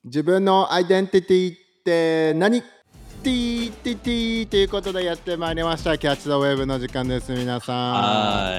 自分のアイデンティティって何？ティーティティーということでやってまいりました。キャッチ・ザ・ウェーブの時間です。皆さん。 はい。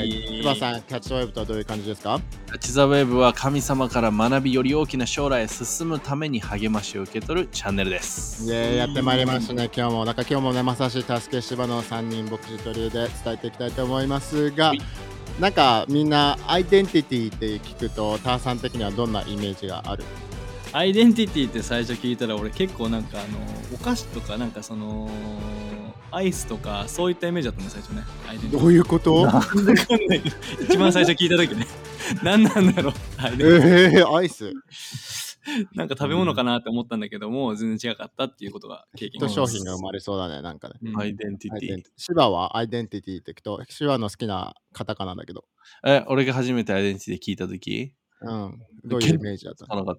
千葉さん、キャッチ・ザ・ウェーブとはどういう感じですか？ キャッチ・ザ・ウェーブは神様から学びより大きな将来へ進むために励ましを受け取るチャンネルです。 やってまいりましたね。今日もね、まさし助け芝の3人牧師トリオで伝えていきたいと思いますが、なんかみんなアイデンティティって聞くと、ターさん的にはどんなイメージがある？ アイデンティティって最初聞いたら俺結構なんかお菓子とかなんかそのアイスとかそういったイメージだったんだ最初ね。アイデンティティどういうこと？ 一番最初聞いた時ね何なんだろうアアイスなんか食べ物かなって思ったんだけども、全然違かったっていうことが経験します。 商品が生まれそうだね、なんかね。 アイデンティティ。 芝はアイデンティティって聞くと、芝の好きなカタカナだけど。 俺が初めてアイデンティティ聞いたとき、 どういうイメージだった？ つかなかった。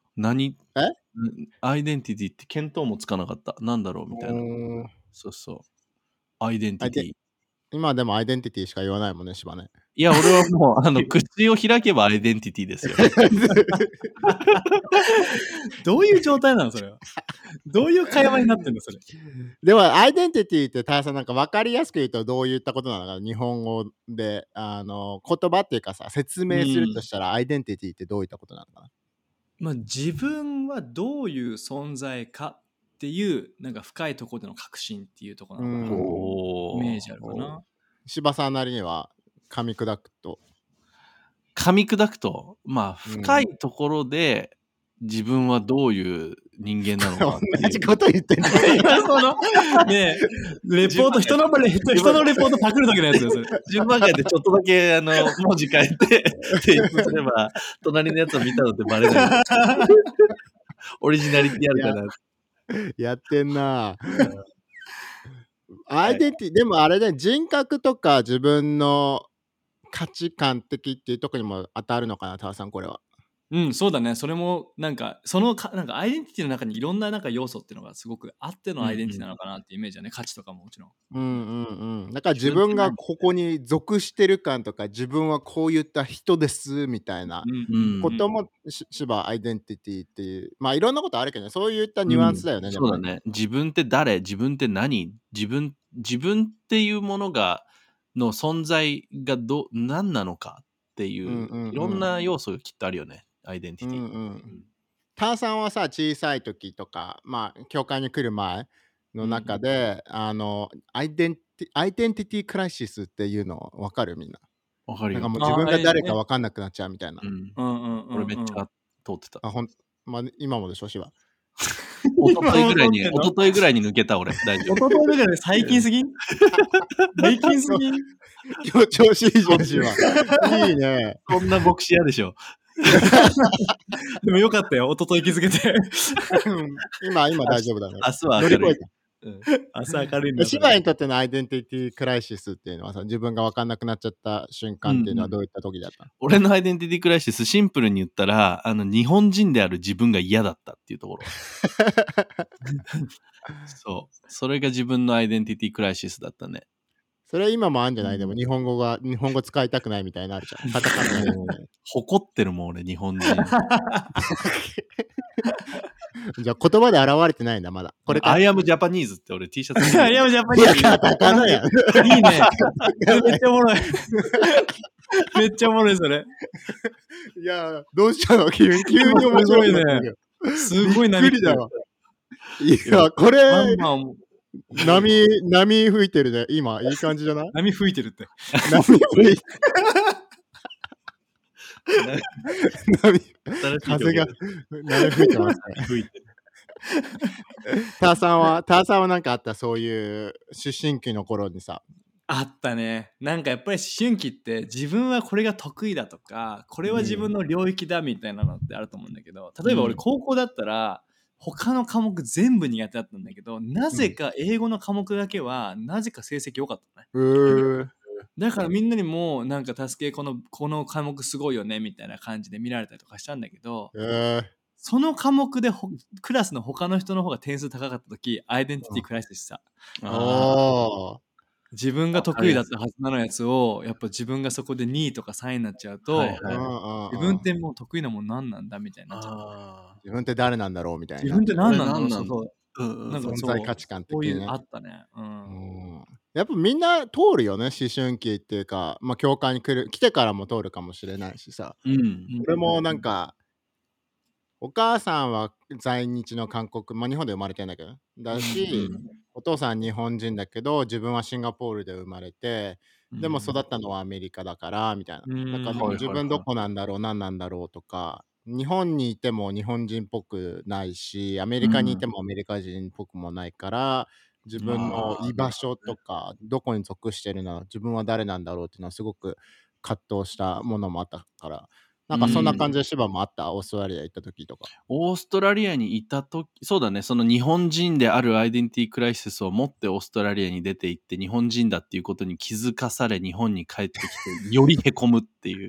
アイデンティティって見当もつかなかった。なんだろうみたいな。そう。アイデンティティ。 今でもアイデンティティしか言わないもんね、芝ね。 いや、俺はもう口を開けばアイデンティティですよ。 どういう状態なのそれは？どういう会話になってんのそれ？ でもアイデンティティってターさんなんか分かりやすく言うとどういったことなのかな？日本語で言葉っていうかさ、説明するとしたらアイデンティティってどういったことなのかな？ まあ自分はどういう存在かっていうなんか深いところでの確信っていうところなのかな。イメージあるかな。 芝さんなりには噛み砕くと、 まあ深いところで自分はどういう人間なのか同じこと言ってる。 ねえ、レポート人のレポートパクるだけのやつですよ。 順番変えてちょっとだけ文字変えて提出すれば隣のやつを見たのってバレない。オリジナリティあるかな。 やってんな。アイデンティティ、でもあれね、人格とか自分の価値観的っていうところにも当たるのかな、タワさん、これは。 そうだね。それもなんかなんかアイデンティティの中にいろんななんか要素っていうのがすごくあってのアイデンティティなのかなっていうイメージだね。価値とかももちろん。 だから自分がここに属してる感とか、自分はこういった人ですみたいなことも芝アイデンティティっていう、まあいろんなことあるけどね、そういったニュアンスだよね。 そうだね。自分って誰？自分って何？自分っていうものの存在が何なのかっていういろんな要素がきっとあるよね。アイデンティティ。 ターさんはさ、小さい時とか、まあ教会に来る前の中で、アイデンティティクライシスっていうの分かる？みんな。 分かるよ。 なんかもう自分が誰か分かんなくなっちゃうみたいな。 俺めっちゃ通ってた。 まあ今もでしょ、芝。 一昨日ぐらいに抜けた俺。大丈夫。 一昨日ぐらい最近すぎん？最近すぎん？ 今日調子いいじゃん、芝。いいね。 こんな牧師嫌でしょ。 でもよかったよ、一昨日気づけて。 今大丈夫だね。 明日は明るい。 朝明るいんだ。 芝にとってのアイデンティティクライシスっていうのはさ、自分が分かんなくなっちゃった瞬間っていうのはどういった時だった？ 俺のアイデンティティクライシス、シンプルに言ったら、日本人である自分が嫌だったっていうところ。そう。それが自分のアイデンティティクライシスだったね。 それ今もあるんじゃない？でも日本語使いたくないみたいになるじゃん。カタカナで。 誇ってるもん俺、日本人。 じゃあ言葉で現れてないんだ、まだ。これか。 I am Japanese って俺 T シャツ。 I am Japanese。 カタカナやん。 いいね。めっちゃおもろい。めっちゃおもろい、それ。 いや、どうしたの？急に面白いね。 すごい波だわ。いや、これ、波吹いてるね。今、いい感じじゃない？ 波吹いてるって。 波吹いて風が波吹いてますね。ターさんはなんかあった？そういう思春期の頃にさ。 あったね。なんかやっぱり思春期って自分はこれが得意だとか、これは自分の領域だみたいなのってあると思うんだけど、例えば俺高校だったら他の科目全部苦手だったんだけど、なぜか英語の科目だけはなぜか成績良かったね。だからみんなにもなんか助けこの科目すごいよねみたいな感じで見られたりとかしたんだけど、その科目でクラスの他の人の方が点数高かった時、アイデンティティクライシスさ。 自分が得意だったはずなのやつをやっぱ自分がそこで2位とか3位になっちゃうと、 はいは自分ってもう得意なもん何なんだみたいになっちゃう。 自分って誰なんだろうみたいな。 自分って何なんだろう。 俺何なんだそうなんか存在価値観的にね。 そういうあったね。 やっぱみんな通るよね、思春期っていうか、まあ教会に来てからも通るかもしれないしさ。俺もなんか、お母さんは在日の韓国、まあ日本で生まれてんだけど、だし、お父さん日本人だけど、自分はシンガポールで生まれて、でも育ったのはアメリカだから、みたいな。だから自分どこなんだろう、何なんだろうとか、日本にいても日本人っぽくないし、アメリカにいてもアメリカ人っぽくもないから、自分の居場所とか、どこに属してるの、自分は誰なんだろうっていうのはすごく葛藤したものもあったから、なんかそんな感じで芝もあった、オーストラリア行った時とか。 オーストラリアにいた時、そうだね、その日本人であるアイデンティティクライシスを持ってオーストラリアに出て行って日本人だっていうことに気づかされ日本に帰ってきてよりへこむっていう。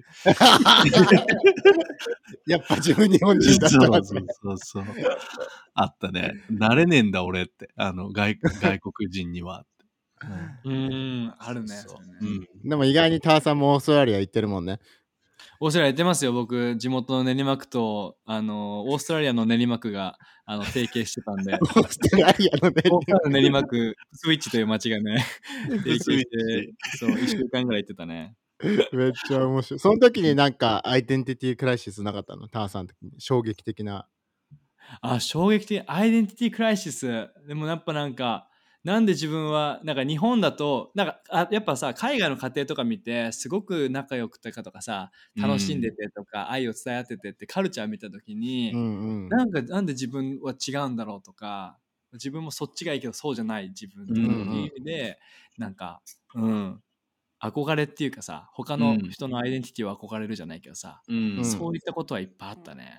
やっぱ自分日本人だったら、ね、 そう。あったね。慣れねえんだ俺って、外国人には。 あるね。 でも意外にターさんもオーストラリア行ってるもんね。 オーストラリア行ってますよ。僕地元の練馬区とオーストラリアの練馬区が提携してたんでオーストラリアの練馬区スイッチという町がね提携してそう1週間ぐらい行ってたね。 めっちゃ面白い。その時になんかアイデンティティクライシスなかったの？ターさん的に衝撃的な。 衝撃的アイデンティティクライシス。でもやっぱなんで自分はなんか日本だとやっぱさ海外の家庭とか見てすごく仲良くてかとかさ楽しんでてとか、愛を伝え合っててってカルチャー見た時に、なんで自分は違うんだろうとか自分もそっちがいいけどそうじゃない自分っていう意味で、なんか憧れっていうかさ他の人のアイデンティティを憧れるじゃないけどさ、そういったことはいっぱいあったね。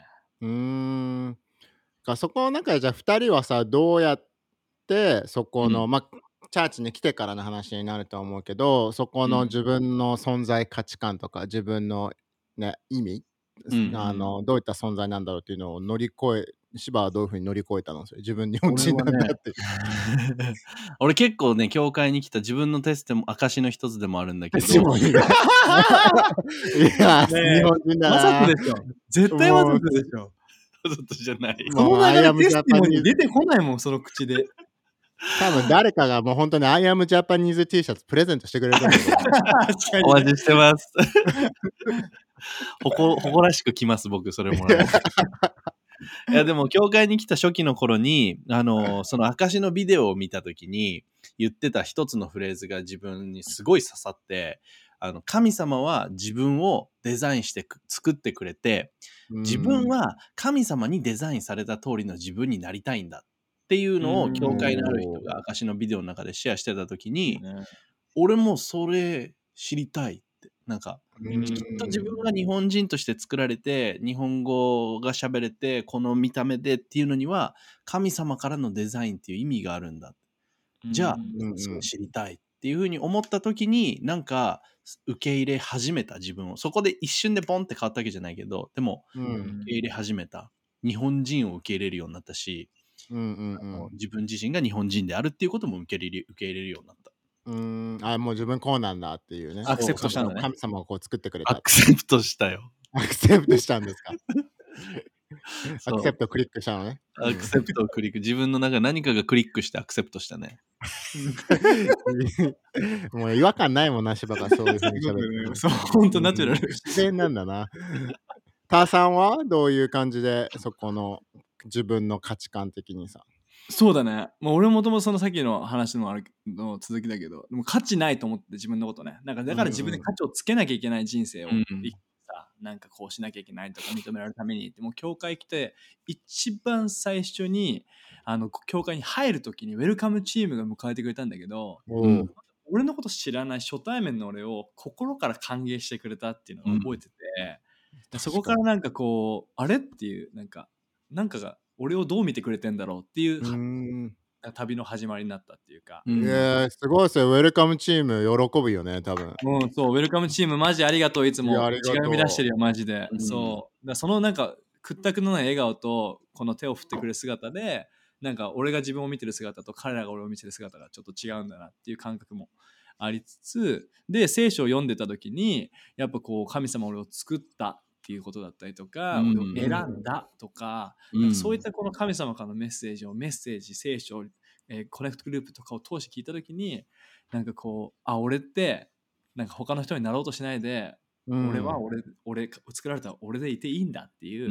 そこの中でじゃあ2人はさどうやってそこの、まあチャーチに来てからの話になると思うけど、そこの自分の存在価値観とか自分の、ね、意味、どういった存在なんだろうっていうのを乗り越え、芝はどういうふうに乗り越えたの？自分日本人なんだって。 俺結構ね、教会に来た自分のテストも証の一つでもあるんだけど。 いや、日本人だな。 わざとでしょ。絶対わざとでしょ。 わざとじゃない。 この流れテスティモニー出てこないもん、その口で。 多分誰かがもう本当に I am Japanese T シャツプレゼントしてくれると思う。 お待ちしてます。誇らしく来ます、僕、それもらう。いや、でも、教会に来た初期の頃に、その証のビデオを見たときに、言ってた一つのフレーズが自分にすごい刺さって、神様は自分をデザインして作ってくれて、自分は神様にデザインされた通りの自分になりたいんだっていうのを、教会のある人が証のビデオの中でシェアしてたときに、俺もそれ知りたいって、なんか、きっと自分が日本人として作られて、日本語が喋れて、この見た目でっていうのには、神様からのデザインっていう意味があるんだ。じゃあ、それ知りたいっていうふうに思った時に、なんか、受け入れ始めた自分を。そこで一瞬でポンって変わったわけじゃないけど、でも、受け入れ始めた。日本人を受け入れるようになったし、自分自身が日本人であるっていうことも受け入れるようになった。 もう自分こうなんだっていうね。 アクセプトしたんだね。 神様をこう作ってくれた。 アクセプトしたよ。 アクセプトしたんですか？アクセプトクリックしたのね。 アクセプトをクリック。自分の中で何かがクリックしてアクセプトしたね。 もう違和感ないもんな、芝がそういうふうに喋る。 そう、本当ナチュラル。 自然なんだな。ターさんはどういう感じでそこの自分の価値観的にさ。 そうだね。もう俺もともそのさっきの話の続きだけど、でも価値ないと思って自分のことね。なんかだから自分で価値をつけなきゃいけない人生を生きてさ、なんかこうしなきゃいけないとか認められるために。でも教会来て一番最初に教会に入るときにウェルカムチームが迎えてくれたんだけど、俺のこと知らない初対面の俺を心から歓迎してくれたっていうのを覚えてて、そこからなんかこうあれっていうなんかが俺をどう見てくれてんだろうっていう旅の始まりになったっていうか。 すごいですよ。ウェルカムチーム喜ぶよね、多分。 そう、ウェルカムチームマジありがとう。いつも違い生み出してるよ、マジで。そうそのなんか屈託のない笑顔とこの手を振ってくれる姿で、なんか俺が自分を見てる姿と彼らが俺を見てる姿がちょっと違うんだなっていう感覚もありつつで聖書を読んでた時にやっぱこう神様俺を作ったっていうことだったりとか、俺を選んだとか、なんかそういったこの神様からのメッセージ聖書、コネクトグループとかを通して聞いた時になんかこう俺ってなんか他の人になろうとしないで、俺は俺作られた俺でいていいんだっていう、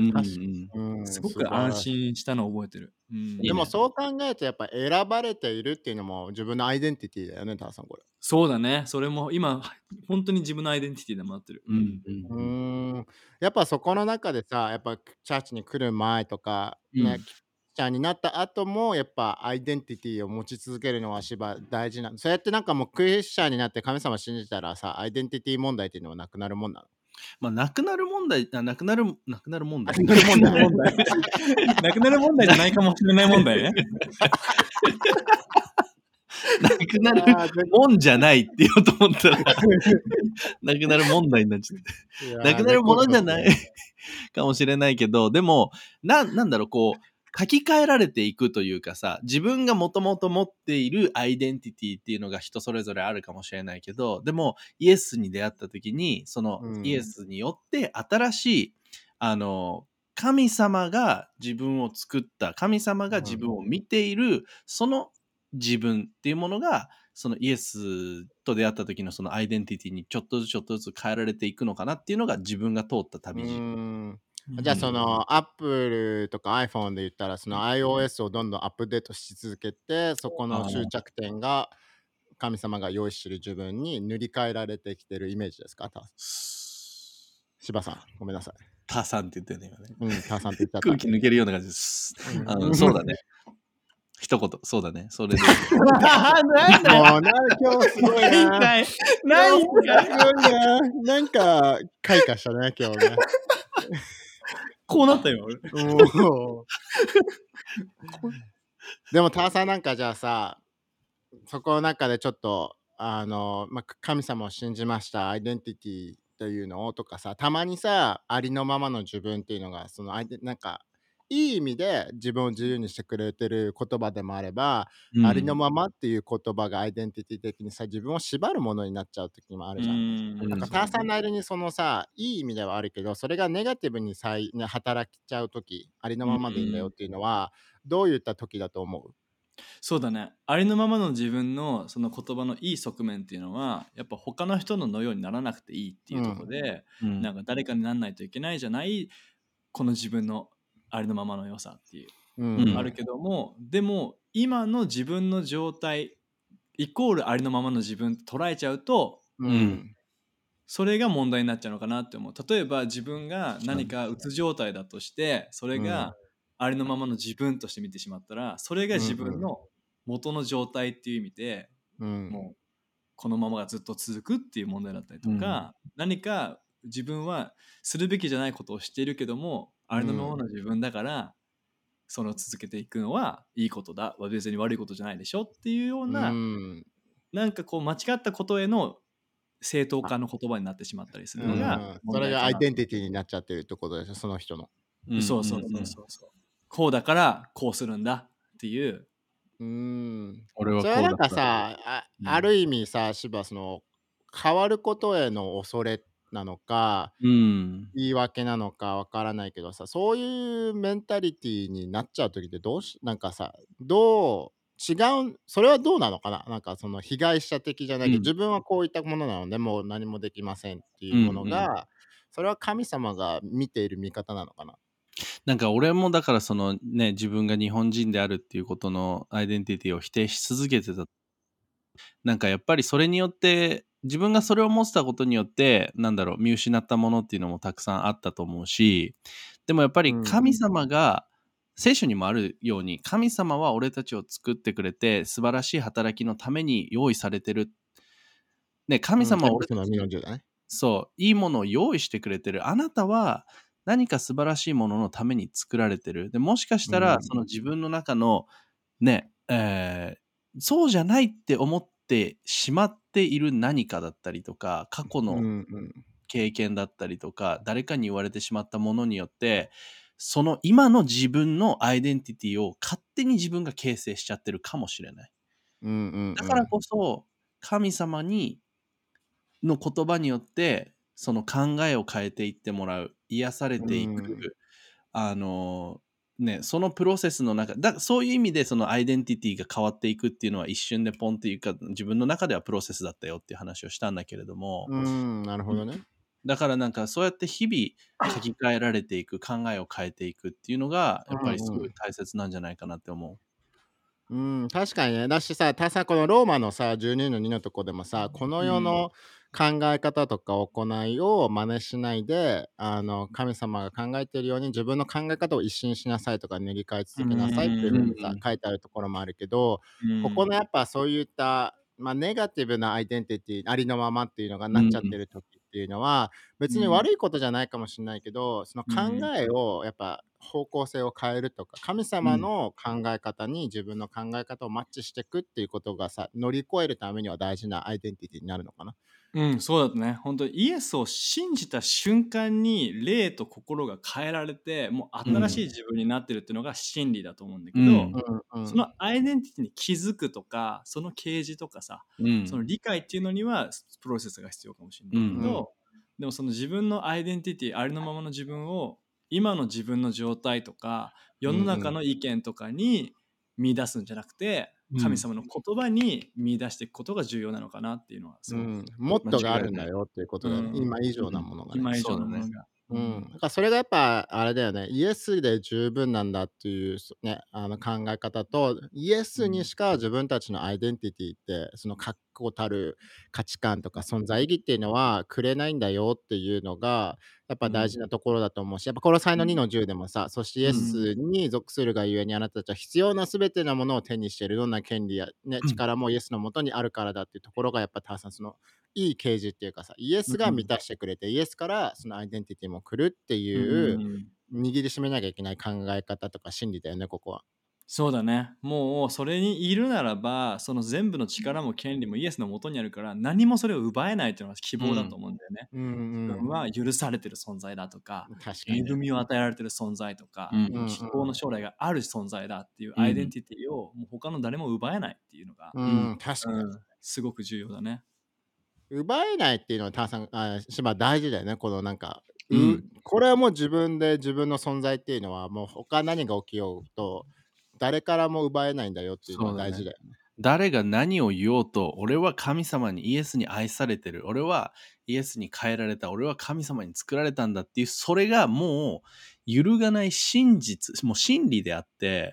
すごく安心したのを覚えてる。 でもそう考えるとやっぱ選ばれているっていうのも自分のアイデンティティだよね、ターさんこれ。 そうだね。それも今本当に自分のアイデンティティでもあってる。 やっぱそこの中でさ、やっぱチャーチに来る前とか、ね、クリスチャンになった後もやっぱアイデンティティを持ち続けるのは大事なの。そうやってなんかもうクリスチャンになって神様信じたらさ、アイデンティティ問題っていうのはなくなるもんなの。 まあ、なくなる問題。なくなる問題。 なくなる問題じゃないかもしれない問題ね。 なくなるもんじゃないって言おうと思ったらなくなる問題になっちゃってなくなるものじゃないかもしれないけど、でもなんだろう、こう書き換えられていくというかさ、自分がもともと持っているアイデンティティっていうのが人それぞれあるかもしれないけど、でもイエスに出会った時にそのイエスによって新しい神様が自分を作った、神様が自分を見ている、その自分っていうものがそのイエスと出会った時のそのアイデンティティにちょっとずつ変えられていくのかなっていうのが自分が通った旅路。 じゃあそのアップルとか iPhone で言ったらその iOS をどんどんアップデートし続けて、そこの終着点が神様が用意している自分に塗り替えられてきてるイメージですか？柴さんごめんなさい。 ターさんって言ってるね今ね。 ターさんって言っちゃった。 空気抜けるような感じです。そうだね。一言、そうだね。それで。もう今日すごいな。なんか開花したね、今日ね。 こうなったよ。 でもターさんなんかじゃあさ、そこの中でちょっと神様を信じましたアイデンティティというのをとかさ、たまにさありのままの自分っていうのがそのなんかいい意味で自分を自由にしてくれてる言葉でもあれば、ありのままっていう言葉がアイデンティティ的にさ自分を縛るものになっちゃう時もあるじゃん。なんかターさんなりにそのさいい意味ではあるけど、それがネガティブに働きちゃう時、ありのままでいいんだよっていうのはどういった時だと思う？ そうだね。ありのままの自分のその言葉のいい側面っていうのはやっぱ他の人のようにならなくていいっていうところで、なんか誰かにならないといけないじゃないこの自分のありのままの良さっていう、あるけども、でも今の自分の状態イコールありのままの自分って捉えちゃうと、それが問題になっちゃうのかなって思う。例えば自分が何かうつ状態だとしてそれがありのままの自分として見てしまったら、それが自分の元の状態っていう意味で、もうこのままがずっと続くっていう問題だったりとか、何か自分はするべきじゃないことをしているけども、ありのままの自分だからその続けていくのはいいことだ、別に悪いことじゃないでしょっていうような、なんかこう間違ったことへの正当化の言葉になってしまったりするのが、 それがアイデンティティになっちゃってるってことですよ、その人の。 そう。こうだからこうするんだっていう。 俺はこうだから。それはなんかさ、ある意味さ、柴その変わることへの恐れなのか、言い訳なのかわからないけどさ、そういうメンタリティになっちゃう時ってなんかさ、どうそれはどうなのかな。なんかその被害者的じゃないけど、自分はこういったものなのでもう何もできませんっていうものが、それは神様が見ている見方なのかな。 なんか俺もだからそのね、自分が日本人であるっていうことのアイデンティティを否定し続けてた。なんかやっぱりそれによって自分がそれを持ってたことによって見失ったものっていうのもたくさんあったと思うし、でもやっぱり神様が、聖書にもあるように神様は俺たちを作ってくれて素晴らしい働きのために用意されてる。ね、神様は俺たちに、そういいものを用意してくれてる。あなたは何か素晴らしいもののために作られてる。でもしかしたらその自分の中のね、そうじゃないって思ってしまっている何かだったりとか、過去の経験だったりとか、誰かに言われてしまったものによってその今の自分のアイデンティティを勝手に自分が形成しちゃってるかもしれない。だからこそ神様の言葉によってその考えを変えていってもらう、癒されていく、そのプロセスの中そういう意味でそのアイデンティティが変わっていくっていうのは一瞬でポンっていうか、自分の中ではプロセスだったよっていう話をしたんだけれども、 なるほどね。 だからなんかそうやって日々書き換えられていく、考えを変えていくっていうのがやっぱりすごい大切なんじゃないかなって思確かにね。だしさ、このローマのさ、12の2のとこでもさ、この世の考え方とか行いを真似しないで、神様が考えているように自分の考え方を一新しなさいとか練り替え続けなさいっていうふうにさ、書いてあるところもあるけど、ここのやっぱそういった、ネガティブなアイデンティティ、ありのままっていうのがなっちゃってる時っていうのは、別に悪いことじゃないかもしれないけど、その考えをやっぱ方向性を変えるとか、神様の考え方に自分の考え方をマッチしていくっていうことがさ、乗り越えるためには大事なアイデンティティになるのかな。 そうだとね。本当にイエスを信じた瞬間に霊と心が変えられて、もう新しい自分になってるっていうのが真理だと思うんだけど、そのアイデンティティに気づくとか、その啓示とかさ、その理解っていうのにはプロセスが必要かもしれないけど、でもその自分のアイデンティティ、ありのままの自分を今の自分の状態とか、世の中の意見とかに見出すんじゃなくて、神様の言葉に見出していくことが重要なのかなっていうのはすごく、 もっとがあるんだよっていうことだよね。今以上なものがね。 今以上のものが。 だからそれがやっぱあれだよね。イエスで十分なんだっていうね、考え方と、イエスにしか自分たちのアイデンティティって、その確固たる価値観とか存在意義っていうのはくれないんだよっていうのが、やっぱ大事なところだと思うし、やっぱこの才の2の10でもさ、そしてイエスに属するがゆえにあなたたちは必要なすべてのものを手にしているような権利や、ね、力もイエスのもとにあるからだっていうところがやっぱターさんそのいい啓示っていうかさ、イエスが満たしてくれて、イエスからそのアイデンティティも来るっていう握りしめなきゃいけない考え方とか真理だよね、ここは。 そうだね。もうそれにいるならば、その全部の力も権利もイエスのもとにあるから、何もそれを奪えないというのが希望だと思うんだよね。自分は許されてる存在だとか、恵みを与えられてる存在とか、希望の将来がある存在だっていうアイデンティティをもう他の誰も奪えないっていうのが、 確かに。 すごく重要だね。 奪えないっていうのはターさん、芝大事だよね。このなんか、これはもう自分で自分の存在っていうのはもう他何が起きようと誰からも奪えないんだよっていうのは大事だよね。 誰が何を言おうと、俺は神様にイエスに愛されてる。俺はイエスに変えられた。俺は神様に作られたんだっていう、それがもう揺るがない真実、もう真理であって、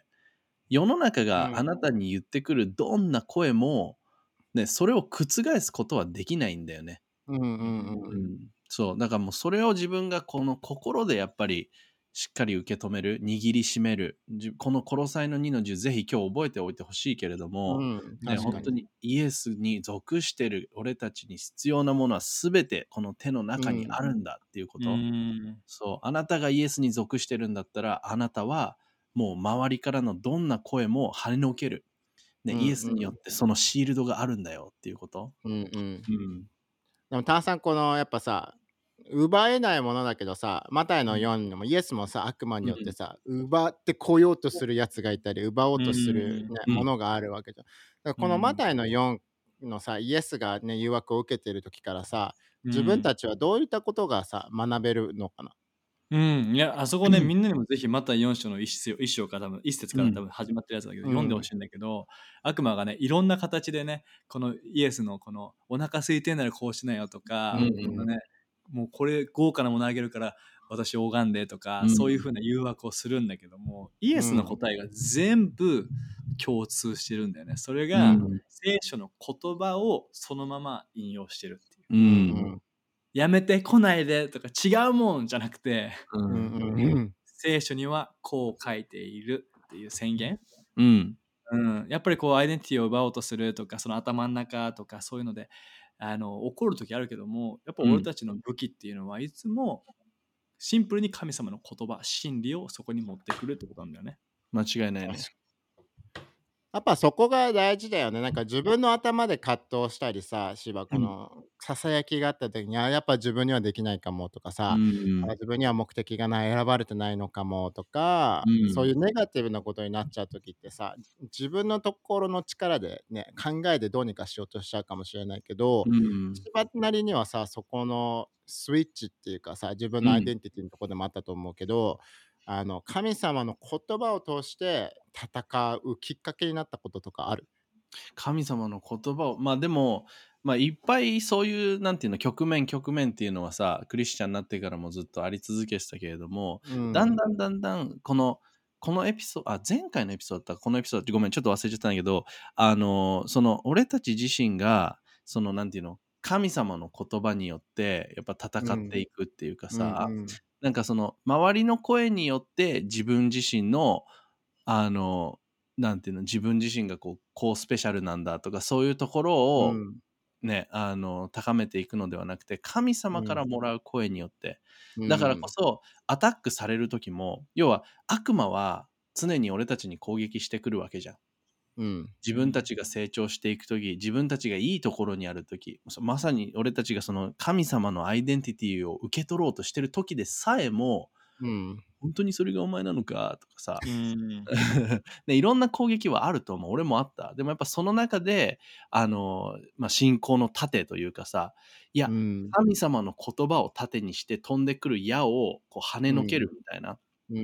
世の中があなたに言ってくるどんな声も、ね、それを覆すことはできないんだよね。そう。だからもうそれを自分がこの心でやっぱりしっかり受け止める、握りしめる。このコロサイの2の10、ぜひ今日覚えておいてほしいけれども、本当にイエスに属してる俺たちに必要なものは全てこの手の中にあるんだっていうこと。そう。あなたがイエスに属してるんだったら、あなたはもう周りからのどんな声も跳ねのける。イエスによってそのシールドがあるんだよっていうこと。 でもターさんこのやっぱさ奪えないものだけどさ、マタイの4でもイエスもさ悪魔によってさ、奪ってこようとするやつがいたり奪おうとする、ものがあるわけじゃん。だからこのマタイの4のさイエスがね誘惑を受けてる時からさ、自分たちはどういったことがさ学べるのかな。 いや、あそこね、みんなにもぜひまた4章の一章から多分、一節から多分始まってるやつだけど、読んでほしいんだけど、悪魔がね、いろんな形でね、このイエスのこのお腹空いてんならこうしなよとか、このね、もうこれ豪華なものあげるから私を拝んでとか、そういうふうな誘惑をするんだけども、イエスの答えが全部共通してるんだよね。それが、聖書の言葉をそのまま引用してるっていう。やめて来ないでとか違うもんじゃなくて、聖書にはこう書いているっていう宣言、やっぱりこうアイデンティティを奪おうとするとかその頭の中とかそういうので怒る時あるけども、やっぱ俺たちの武器っていうのはいつもシンプルに神様の言葉真理をそこに持ってくるってことなんだよね。 間違いないね。 やっぱそこが大事だよね。なんか自分の頭で葛藤したりさ、こうん。 のささやきがあった時に、やっぱ自分にはできないかもとかうさ、 ん。 自分には目的がない、選ばれてないのかもとか、 うん。 そういうネガティブなことになっちゃう時ってさ、自分のところの力でね、考えでどうにかしようとしちゃうかもしれないけど、 うん。 柴なりにはさ、そこのスイッチっていうかさ、自分のアイうん。 デンティティのとこでもあったと思うけど、神様の言葉を通して戦うきっかけになったこととかある？ 神様の言葉を、まあでも、まあいっぱいそういう、なんていうの、局面っていうのはさ、クリスチャンになってからもずっとあり続けてたけれども、 うん。 だんだんだんだん、このエピソード、前回のエピソードだったかこのエピソード、ごめん、ちょっと忘れちゃったんだけど、俺たち自身が、なんていうの、神様の言葉によって、やっぱ戦ってうん。 いくっていうかうんさ、 うん。 なんか周りの声によって自分自身の、あの、なんていうの、自分自身がこうスペシャルなんだとか、そういうところをうん。 ね、高めていくのではなくて、神様かうん。 らもらう声によって、だからこうん。 そ、アタックされる時も、要は悪魔は常に俺たちに攻撃してくるわけじゃん。 うん。 自分たちが成長していく時、自分たちがいいところにある時、まさに俺たちがその神様のアイデンティティを受け取ろうとしてる時でさえも、 うん。 本当にそれがお前なのかとかさ、 うん。 で、いろんな攻撃はあると思う。俺もあった。でもやっぱその中で、信仰の盾というかさ、いや、 うん。 神様の言葉を盾にして飛んでくる矢をこう跳ねのけるみたいな。 うん。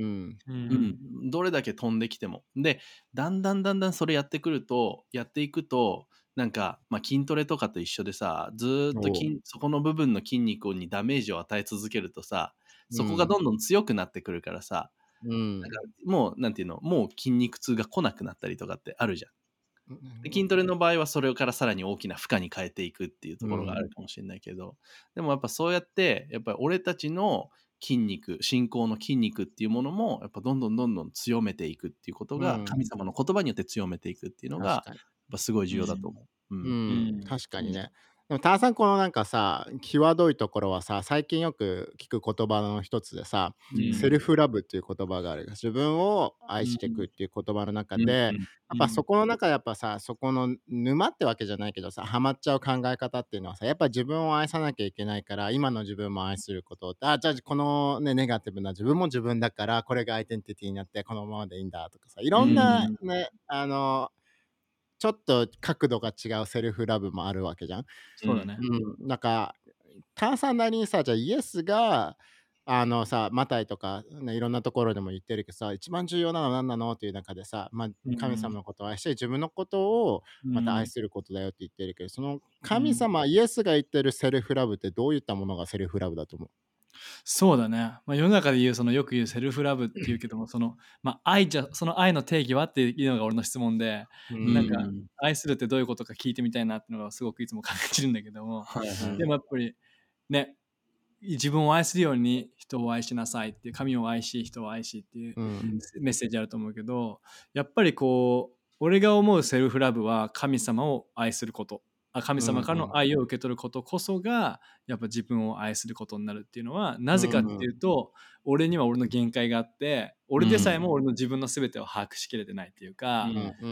ううん。 ん。どれだけ飛んできても。で、だんだんそれやっていくと、なんか、筋トレとかと一緒でさ、ずーっとおう。 そこの部分の筋肉にダメージを与え続けるとさ、そこがうん。 どんどん強くなってくるからさ、 うん。 なんかもう、なんていうの、もう筋肉痛が来なくなったりとかってあるじゃん。で、筋トレの場合はそれからさらに大きな負荷に変えていくっていうところがあるかもしれないけど、でもやっぱそうやって、やっぱり俺たちの信仰の筋肉っていうものも、やっぱどんどん強めていくっていうことが、 うん。 神様の言葉によって強めていくっていうのが、やっ確かに。 ぱすごいうん。 重要だと思う。ううん。 ん、 うん。 確かにね。でも、ターさん、このなんかさ、際どいところはさ、最近よく聞く言葉の一つでさ、 うん。 セルフラブっていう言葉がある。自分を愛していくうん。 っていう言葉の中うん。 で、やっぱそうん。 この中でやっぱさ、そこの沼ってわけじゃないけどさ、ハマっちゃう考え方っていうのはさ、やっぱ自分を愛さなきゃいけないから、今の自分も愛すること、じゃあこのね、ネガティブな自分も自分だから、これがアイデンティティになってこのままでいいんだとかさ、いうろんなん。 ね、ちょっと角度が違うセルフラブもあるわけじゃん。 うん。 そうだね。 うん、なんか、炭酸なりにさ、じゃあイエスが、さ、マタイとか、ね、いろんなところでも言ってるけどさ、一番重要なのは何なのっていう中でさ、神うん。 様のことを愛して、自分のことをまた愛うん。 することだよって言ってるけど、そのうん。 神様、イエスが言ってるセルフラブってどういったものがセルフラブだと思う？ そうだね。世の中で言う、よく言うセルフラブっていうけども、その愛の定義はっていうのが俺の質問で、 ううん、 なんか、 ん。 愛するってどういうことか聞いてみたいなっていうのがすごくいつも考えてるんだけども、 はいはい。 でもやっぱり、ね、自分を愛するように人を愛しなさいっていう、神を愛し、人を愛しっていううん、 うん。 メッセージあると思うけど、やっぱり俺が思うセルフラブは神様を愛すること。神うん、 様からのうん、 愛を受け取ることこそが、やっぱ自分を愛することになるっていうのは、なうぜかっていん、 うと、俺には俺の限界があって、俺でさえも俺の自分の全てを把握しきれてないっていうか、 うん、うん、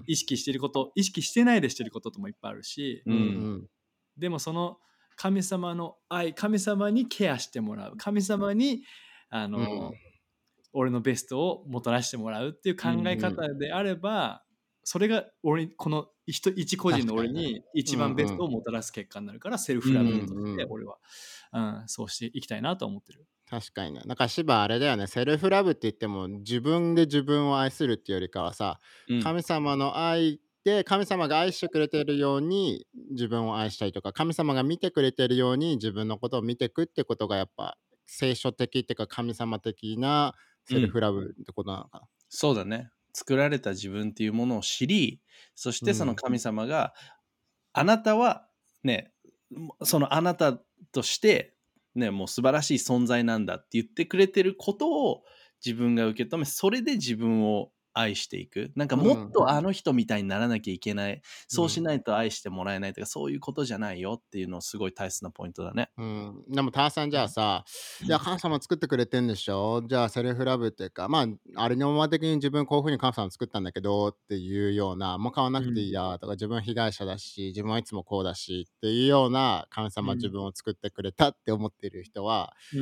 意識していること、意識してないでしてることともいっぱいあるし、 うん、ううん。 ん、 でもその神様の愛、神様にケアしてもらう、神様に、あうん、 の、俺のベストをもたらしてもらうっていう考うん。 え方であれば、それがこの一個人の俺確かにね。 に一番ベストをもたらす結果になるから、セルうフラブん。 としうん。 て俺は、そうしていきたいなと思ってる。 確かにね。なんか芝あれだよね、セルフラブって言っても、自分で自分を愛するっていうよりかはさ、 うん。 神様の愛で、神様が愛してくれてるように自分を愛したりとか、神様が見てくれてるように自分のことを見てくってことがやっぱ聖書的っていうか神様的なセルうん。 フラブってことなのかな。 そうだね。作られた自分っていうものを知り、そしてそのうん。 神様が、あなたはね、そのあなたとして、ね、もう素晴らしい存在なんだって言ってくれてることを自分が受け止め、それで自分を愛していく。なんかうもっん。 とあの人みたいにならなきゃいけない。 うそうしん。 ないと愛してもらえないとか、そういうことじゃないよっていうのすごい大切なポイントだね。 うん。でも、ターさんじゃあさ、いや、神様作ってくれてんでしょ、じゃあセルフラブっていうか、まあ、あれのまま的に自分こういう風に神様作ったんだけどっていうような、もう変わんなくていいやとか、自分被害者だし、自分はいつもこうだしっていうような神様自分を作ってくれたって思ってる人は、 うん。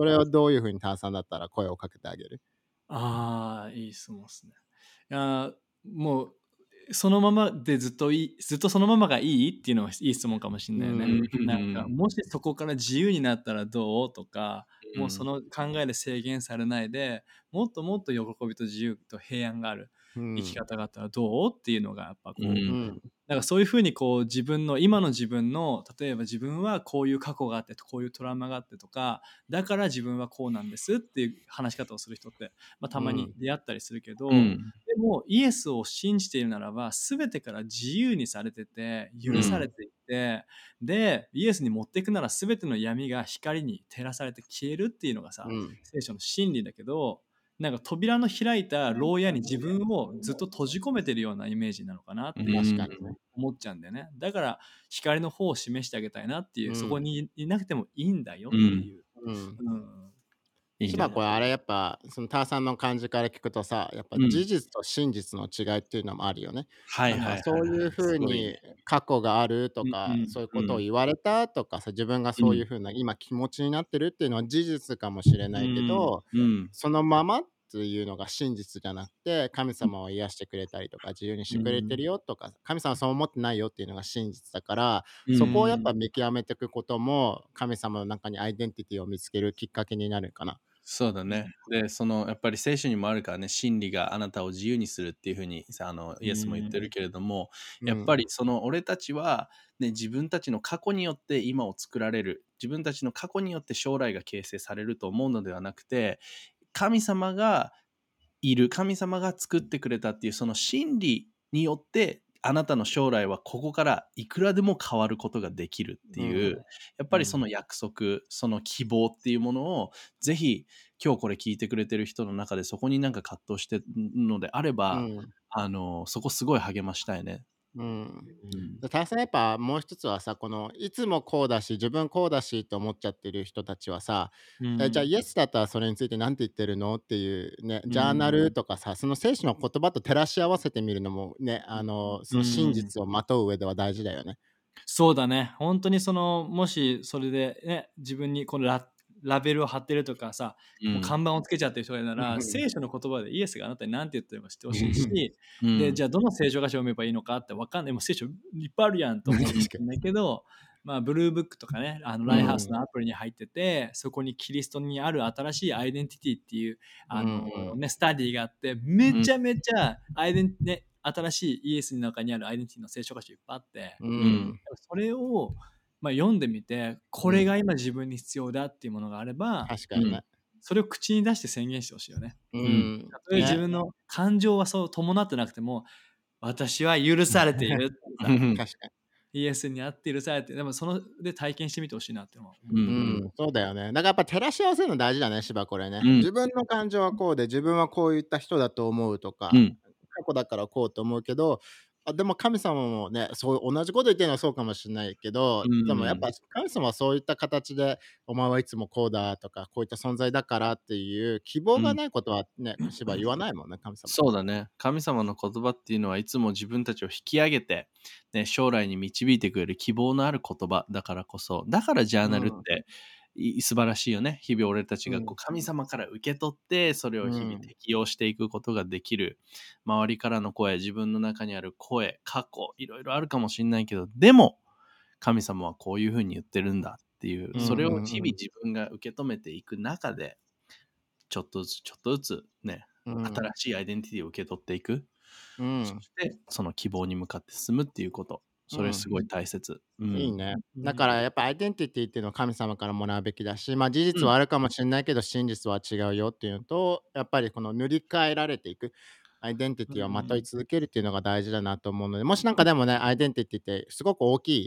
それをどういう風にターさんだったら声をかけてあげる？ ああ、いい質問ですね。いや、もう、そのままでずっとそのままがいいっていうのはいい質問かもしんうないよね。 ん。 なんか、もしそこから自由になったらどうとか、もうそうん。 の考えで制限されないで、もっともっと喜びと自由と平安がある生きうん。 方があったらどうっていうのがやっぱこう、 うん。 だからそういうふうにこう今の自分の例えば自分はこういう過去があってこういうトラウマがあってとかだから自分はこうなんですっていう話し方をする人って、たまにうん。 出会ったりするけど、 うん。 でもイエスを信じているならば全てから自由にされてて許されていて、でイエスに持っていくなら全ての闇が光に照らされて消えるっていうのがさ、 うん。 聖書の真理だけど、なんか扉の開いた牢屋に自分をずっと閉じ込めてるようなイメージなのかなっうていうふうに確かにね。 ん。 思っちゃうんだよね。だから光の方を示してあげたいなっていう、そこうん。 にいなくてもいいんだようん。 っていう。 うん。 うん。 いいね。 しばこれあれやっぱ、そのターさんの感じから聞くとさ、やっぱうん。 事実と真実の違いっていうのもあるよね。なんかはいはいはいそういうはい。すごいいい風にね。 過去があるとうんうか、 ん。 そういううん。 ことを言われたとかさ、自分がうん。 そういう風な今気持ちになってるっていうのは事実かもしれうないけん。 ど、 うん。 そのままっていうのが真実じゃなくて、神様を癒してくれたりとか、自由にしうてくれてん。 るよとか、神様はそう思ってないよっていうのが真実だから、 うそこをやっぱん。 見極めていくことも、神様の中にアイデンティティを見つけるきっかけになるかな。 そうだね。で、やっぱり聖書にもあるからね、真理があなたを自由にするっていうふうにさ、 うイエスも言ってるん。 けれども、やっぱうん。 り俺たちは、ね、自分たちの過去によって今を作られる、自分たちの過去によって将来が形成されると思うのではなくて、神様が神様が作ってくれたっていうその真理によって、あなたの将来はここからいくらでも変わることができるっていう、 うん。 やっぱりそうん。 の約束、その希望っていうものを、ぜひ今日これ聞いてくれてる人の中でそこになんか葛藤してるのであれば、 うん。 そこすごい励ましたいね。 うん。 うん。 で、たださ、やっぱもう一つはさ、いつもこうだし、自分こうだしと思っちゃってる人たちはさ、じゃあイエスだったらそれについて何て言ってるのっていうね、 うジャーナルん。 とかさ、その聖書の言葉と照らし合わせてみるのもね、そうの真ん。 実をまとう上では大事だよね。 そうだね。本当にもしそれでね、自分にこのラベルを貼ってるとかさ、もううん。 看板をつけちゃってる人がいるなら、 うん。 聖書の言葉でイエスがあなたに何て言ってるか知ってほしいし、で、じうん。 ゃあどの聖書箇所を読めばいいのかってわかんない。もう聖書いっぱいあるやんと思うかもし確かに。 れないけど、ブルーブックとかね、 うライハウスん。 のアプリに入ってて、そこにキリストにある新しいアイデンティティっていう、 うんうん。 スタディがあって、めうん。 ちゃめちゃ新しいイエスの中にあるアイデンティティの聖書箇所いっぱいあって、 ううん。 ん。 それを、読んでみて、こうん。 れが今自分に必要だっていうものがあれば、 うん。 確かにね。 それを口に出して宣言してほしいよね。 ううん。 ん。 たとえ自ね。 分の感情はそう伴ってなくても、私は許されているってさ、 確かに。 イエスにあって許されて、でもで体験してみてほしいなって思うん。 う。 うん、そうだよね。だからやっぱ照らし合わせるの大事だね、これね。 うん。 自分の感情はこうで、自分はこういった人だと思うとか、 うん。 過去だからこうと思うけど、でも神様もね、そう同じこと言ってるのはそうかもしれないけど、 うん。 でもやっぱ神様はそういった形で、お前はいつもこうだとか、こういった存在だからっていう希望がうん。 ないことはね、言わないもんね、神様って。 そうだね。神様の言葉っていうのはいつも自分たちを引き上げて、ね、将来に導いてくれる希望のある言葉だからこそ、だからジャーうん、 ナルって素晴らしいよね。日々俺たちがうん、 神様から受け取って、それを日々 うん、 適用していくことができる。周りからの声、自分の中にある声、過去、いろいろあるかもしれないけど、でも、神様はこういうふうに言ってるんだっていう、 うん、 それをうん、 日々自分が受け止めていく中で、ちょっとずつちょっとずつね、 うん、 新しいアイデンティティを受け取っていく。 うん、 そして、その希望に向かって進むっていうこと。 うん。 それすごい大切。うん。 いいね。 うん。 だからやっぱアイデンティティっていうのは神様からもらうべきだし、事うん。 実はあるかもしれないけど、真実は違うよっていうのと、やっぱりこの塗り替えられていく、アイデンティうティをまといん。 続けるっていうのが大事だなと思うので、もしなんかでもね、アイデンティティってすごく大きい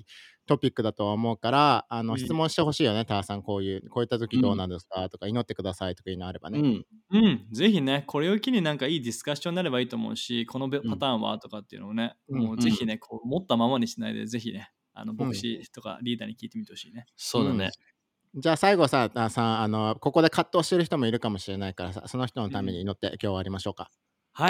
トピックだとは思うから、質問してほしいよね、ターさん。こういった時どうなんですかとか、祈ってくださいとかいうのあればね。 ぜひね、これを機になんかいいディスカッションになればいいと思うし、このパターンはとかっていうのをね、もうぜひね、こう持ったままにしないで、ぜひね、牧師とかリーダーに聞いてみてほしいね。 そうだね。 じゃあ最後さ、ターさん、ここで葛藤してる人もいるかもしれないからさ、その人のために祈って今日終わりましょうか。 はい、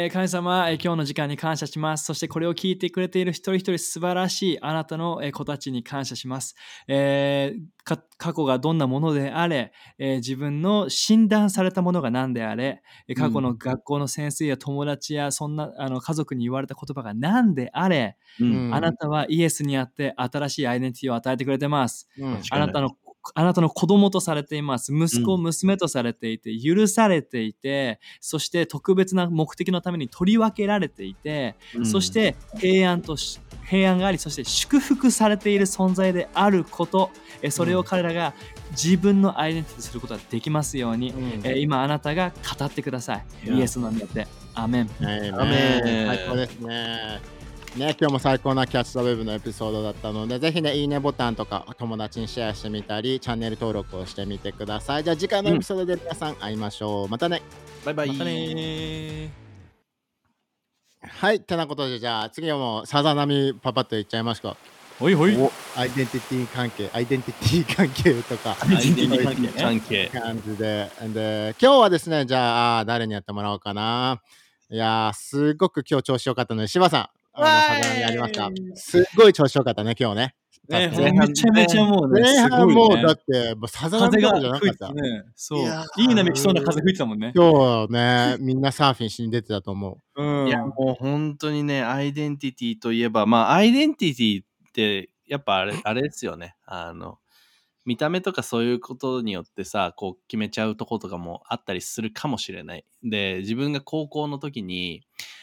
神様、今日の時間に感謝します。そしてこれを聞いてくれている一人一人素晴らしいあなたの子たちに感謝します。過去がどんなものであれ、自分の診断されたものが何であれ、過去の学校の先生や友達やそんな家族に言われた言葉が何であれ、あなたはイエスにあって新しいアイデンティティを与えてくれてます。あなたの子供とされています。息子、娘とされていて、許されていて、そして特別な目的のために取り分けられていて、そして平安があり、そして祝福されている存在であること、それを彼らが自分のアイデンティティすることができますように、今あなたが語ってください。イエスの名で。アメン。 最高ですね。今日も最高なキャッチ・ザ・ウェブのエピソードだったので、ぜひね、いいねボタンとか友達にシェアしてみたり、チャンネル登録をしてみてください。じゃあ次回のエピソードで皆さん会いましょう。またね。 バイバイ。 またね。 はい、てなことで、じゃあ次はもうさざ波パパッと言っちゃいますか。 ほいほい。 アイデンティティ関係とか、 アイデンティティ関係感じで、今日はですね、じゃあ誰にやってもらおうかな。いやー、すごく今日調子良かったので、柴さん。さざ波やりました。すっごい調子良かったね、今日ね。 めちゃめちゃもうね、 前半もうだって、さざ波とかじゃなかった。 そう。いい波来そうな風吹いてたもんね。 今日ね、みんなサーフィンしに出てたと思う。いや、もう本当にね、アイデンティティといえば、まあ、アイデンティティって、やっぱあれですよね。見た目とかそういうことによってさ、こう決めちゃうとことかもあったりするかもしれない。で、自分が高校の時に、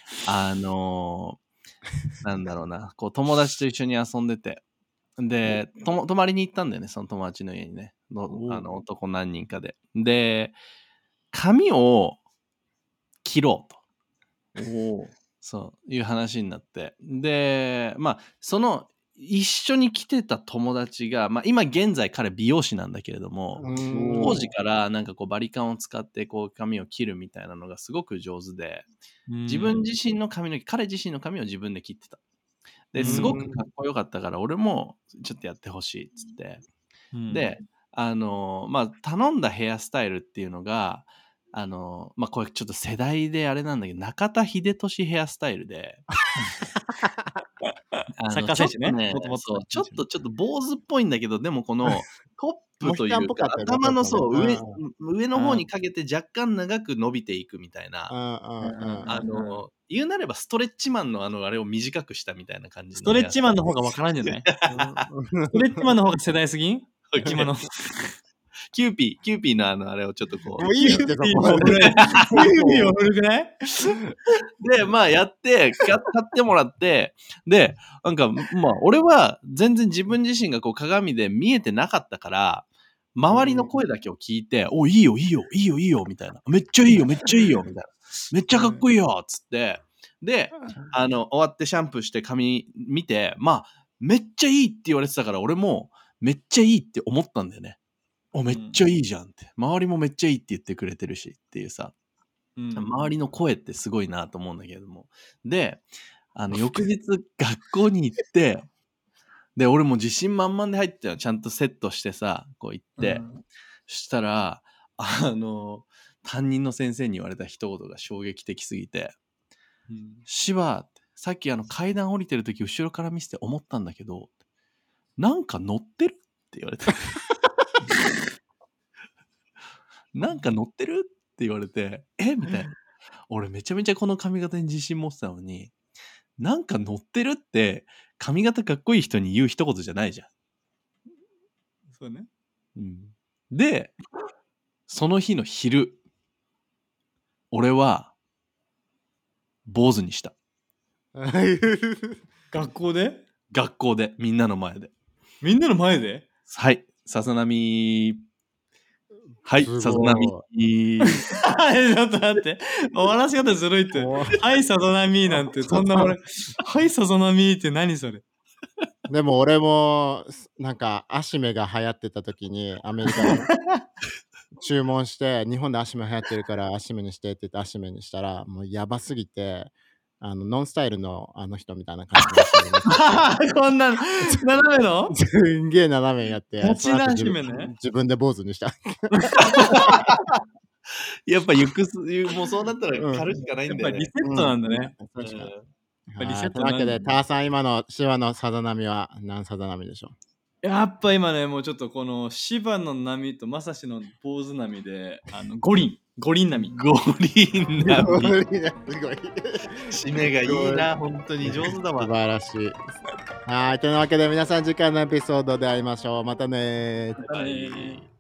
なんだろうな、こう友達と一緒に遊んでて、で、泊まりに行ったんだよね、その友達の家にね。男何人かで。で、髪を切ろうと。そういう話になって。で、まあ、一緒に来てた友達が、まあ、今現在彼美容師なんだけれども、当時からなんかこうバリカンを使ってこう髪を切るみたいなのがすごく上手で、自分自身の髪の毛、彼自身の髪を自分で切ってた。ですごくかっこよかったから、俺もちょっとやってほしいっつって。で、まあ、頼んだヘアスタイルっていうのが、まあ、これちょっと世代であれなんだけど、中田秀俊ヘアスタイルで、 サッカー選手ね。 ちょっと坊主っぽいんだけど、でもこのトップというか、頭の上の方にかけて若干長く伸びていくみたいな、言うなればストレッチマンのあれを短くしたみたいな感じ。 ストレッチマンの方がわからんじゃない？ストレッチマンの方が世代すぎん？今の。 キューピーのあれをちょっとこう。 もういいってそこまで。 キューピーは古くない？ で、まあやって、買ってもらって、で、なんか、まあ俺は全然自分自身がこう鏡で見えてなかったから、周りの声だけを聞いて、お、いいよ、みたいな。めっちゃいいよ、みたいな。めっちゃかっこいいよ、つって。で、終わってシャンプーして髪見て、まあ、めっちゃいいって言われてたから、俺もめっちゃいいって思ったんだよね。めっちゃいいじゃんって。周りもめっちゃいいって言ってくれてるしっていうさ、周りの声ってすごいなと思うんだけども。で、翌日学校に行って、で、俺も自信満々で入ってたよ。ちゃんとセットしてさ、こう行って。そしたら、担任の先生に言われた一言が衝撃的すぎて、芝、さっき階段降りてるとき後ろから見せて思ったんだけど、なんか乗ってるって言われて。なんか乗ってるって言われて、みたいな。俺めちゃめちゃこの髪型に自信持ってたのに、なんか乗ってるって髪型かっこいい人に言う一言じゃないじゃん。 そうね。 で、その日の昼、俺は坊主にした。 学校でみんなの前で。 みんなの前で？ はい、さざ波。はい、さざ波。 ちょっと待って。終わらせ方ずるいって。はい、さざ波なんて、そんな俺。はい、さざ波って何それ？ でも俺もなんかアシメが流行ってた時にアメリカで注文して日本でアシメ流行ってるからアシメにしてって言ってアシメにしたらもうやばすぎてノンスタイルのあの人みたいな感じのアシメになってこんな斜めのすんげえ斜めにやってガチなアシその後メね。 自分で坊主にした。 やっぱもうそうなったら狩るしかないんだよね。 やっぱリセットなんだね。 確かに。 ぱリセットというわけで、 なんだねターさん、今の芝のさざ波は何さざ波でしょやっぱ今ね、もうちょっとこの芝の波とまさしの坊主波で、五輪波。 五輪う波。 すごい。 締めがいいな、本当に上手だわ素。晴らしい。はい、というわけで皆さん次回のエピソードで会いましょう。またねはい